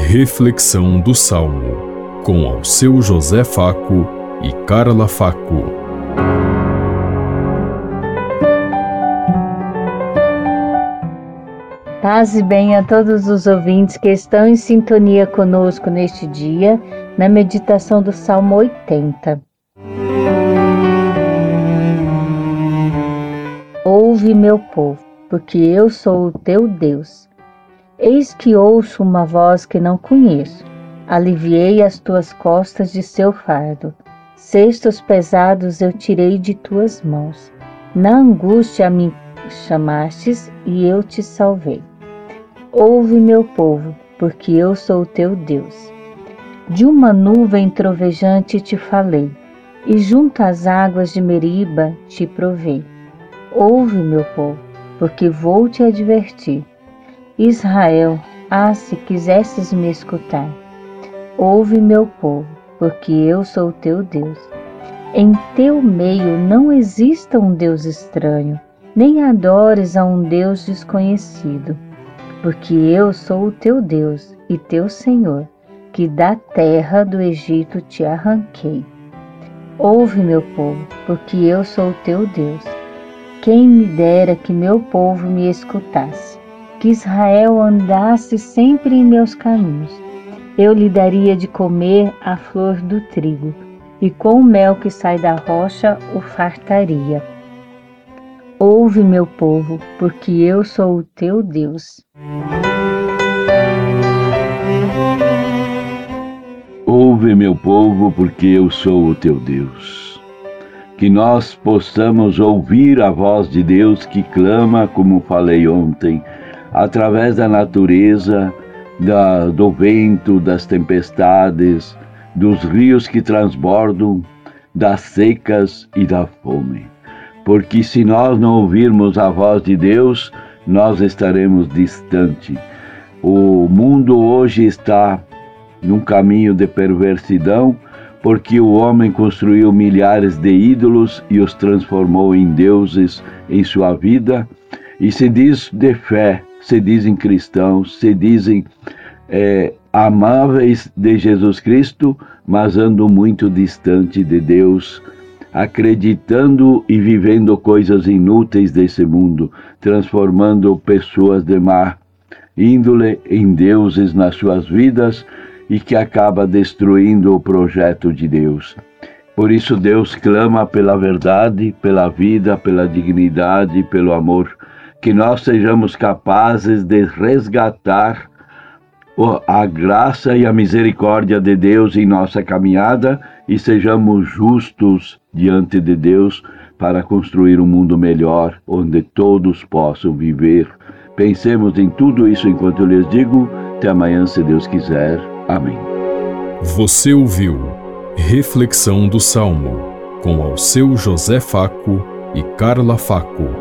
Reflexão do Salmo, com Alceu José Faco e Carla Faco. Paz e bem a todos os ouvintes que estão em sintonia conosco neste dia, na meditação do Salmo 80. Ouve, meu povo, porque eu sou o teu Deus. Eis que ouço uma voz que não conheço. Aliviei as tuas costas de seu fardo. Cestos pesados eu tirei de tuas mãos. Na angústia me chamastes e eu te salvei. Ouve, meu povo, porque eu sou o teu Deus. De uma nuvem trovejante te falei, e junto às águas de Meriba te provei. Ouve, meu povo, porque vou te advertir. Israel, se quisesses me escutar. Ouve, meu povo, porque eu sou o teu Deus. Em teu meio não exista um Deus estranho, nem adores a um Deus desconhecido. Porque eu sou o teu Deus e teu Senhor, que da terra do Egito te arranquei. Ouve, meu povo, porque eu sou o teu Deus. Quem me dera que meu povo me escutasse, que Israel andasse sempre em meus caminhos. Eu lhe daria de comer a flor do trigo, e com o mel que sai da rocha o fartaria. Ouve, meu povo, porque eu sou o teu Deus. Ouve, meu povo, porque eu sou o teu Deus. Que nós possamos ouvir a voz de Deus que clama, como falei ontem, através da natureza, do vento, das tempestades, dos rios que transbordam, das secas e da fome. Porque se nós não ouvirmos a voz de Deus, nós estaremos distante. O mundo hoje está num caminho de perversidão, porque o homem construiu milhares de ídolos e os transformou em deuses em sua vida, e se diz de fé, se dizem cristãos, se dizem amáveis de Jesus Cristo, mas andam muito distante de Deus, acreditando e vivendo coisas inúteis desse mundo, transformando pessoas de má índole em deuses nas suas vidas e que acaba destruindo o projeto de Deus. Por isso Deus clama pela verdade, pela vida, pela dignidade, pelo amor, que nós sejamos capazes de resgatar a graça e a misericórdia de Deus em nossa caminhada e sejamos justos diante de Deus para construir um mundo melhor, onde todos possam viver. Pensemos em tudo isso enquanto eu lhes digo. Até amanhã, se Deus quiser. Amém. Você ouviu Reflexão do Salmo, com Alceu José Faco e Carla Faco.